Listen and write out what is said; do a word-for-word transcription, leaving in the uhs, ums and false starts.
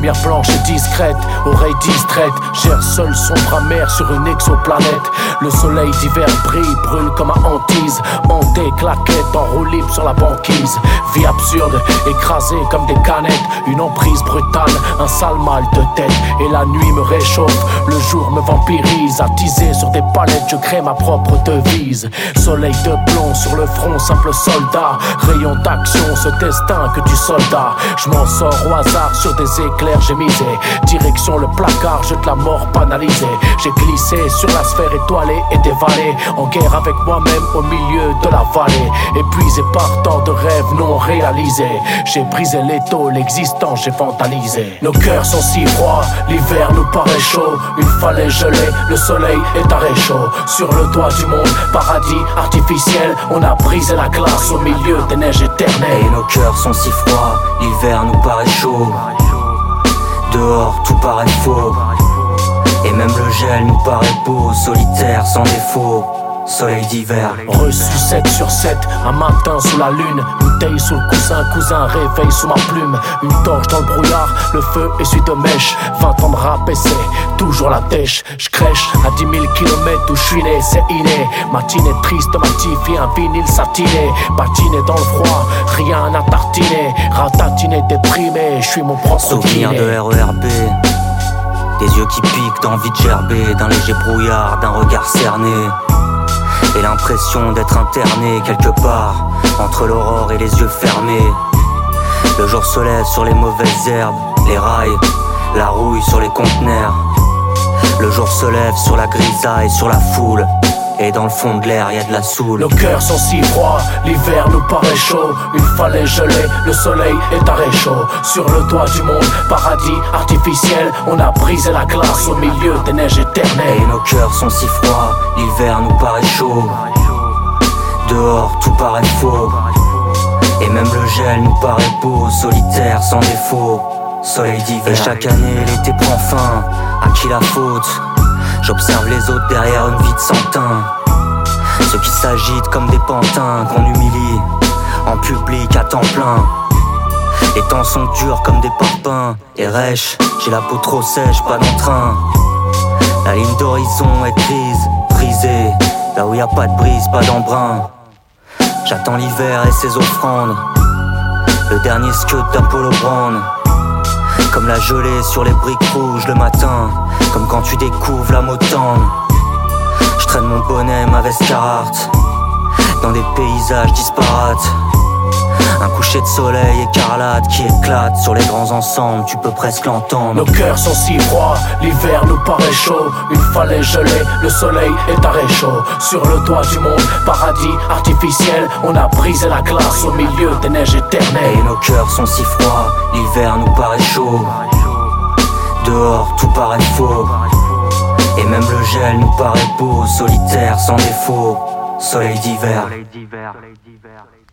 lumière blanche et discrète, oreille distraite, gère seul sombre amer sur une exoplanète. Le soleil d'hiver brille, brûle comme un hantise, hanté, claquette, en roue libre sur la banquise. Vie absurde, écrasée comme des canettes, une emprise brutale, un sale mal de tête. Et la nuit me réchauffe, le jour me vampirise. Attisé sur des palettes, je crée ma propre devise. Soleil de plomb sur le front, simple soldat. Rayon d'action, ce destin que tu soldat. Je m'en sors au hasard sur des éclairs, j'ai misé. Direction le placard, jette la mort banalisée. J'ai glissé sur la sphère étoilée et dévalé, en guerre avec moi-même au milieu de la vallée. Épuisé par tant de rêves non réalisés, j'ai brisé l'étau, l'existant j'ai vandalisé. Nos cœurs sont si froids, l'hiver nous paraît chaud. Une falaise gelée, le soleil est à réchaud. Sur le toit du monde, paradis artificiel, on a brisé la glace au milieu des neiges éternelles. Et nos cœurs sont si froids, l'hiver nous paraît chaud. Dehors tout paraît faux, et même le gel nous paraît beau. Solitaire sans défaut, soleil d'hiver. Reçu sept sur sept, un matin sous la lune. Bouteille sous le coussin, cousin réveil sous ma plume. Une torche dans le brouillard, le feu essuie de mèche. Vingt ans de rap et c'est toujours la tèche. J'crèche à dix mille kilomètres d'où j'suis né, c'est inné. Matinée triste, matifié, un vinyle satiné. Patiné dans le froid, rien à tartiner. Ratatiné, déprimé, j'suis mon propre souvenir dîner. de R E R B, des yeux qui piquent, d'envie de gerber, d'un léger brouillard, d'un regard cerné. Et l'impression d'être interné quelque part entre l'aurore et les yeux fermés. Le jour se lève sur les mauvaises herbes, les rails, la rouille sur les conteneurs. Le jour se lève sur la grisaille, sur la foule, et dans le fond de l'air y'a de la soule. Nos cœurs sont si froids, l'hiver nous paraît chaud. Une falaise gelée, le soleil est à réchaud. Sur le toit du monde, paradis artificiel, on a brisé la glace au milieu des neiges éternelles. Et nos cœurs sont si froids, l'hiver nous paraît chaud. Dehors tout paraît faux, et même le gel nous paraît beau. Solitaire sans défaut, soleil d'hiver. Et chaque année l'été prend fin, à qui la faute? J'observe les autres derrière une vie de sans teint, ceux qui s'agitent comme des pantins qu'on humilie en public à temps plein. Les temps sont durs comme des parpaings, et rêche, j'ai la peau trop sèche, pas d'entrain. La ligne d'horizon est grise, brisée, là où y a pas de brise, pas d'embrun. J'attends l'hiver et ses offrandes, le dernier scud d'Apollo Brown. Comme la gelée sur les briques rouges le matin, comme quand tu découvres la Motown. Je traîne mon bonnet, ma veste Carhartt, dans des paysages disparates. Un coucher de soleil écarlate qui éclate sur les grands ensembles, tu peux presque l'entendre. Nos cœurs sont si froids, l'hiver nous paraît chaud. Une falaise gelée, le soleil est à réchaud. Sur le toit du monde, paradis artificiel, on a brisé la glace au milieu des neiges éternelles. Et nos cœurs sont si froids, l'hiver nous paraît chaud. Dehors tout paraît faux, et même le gel nous paraît beau. Solitaire sans défaut, soleil d'hiver.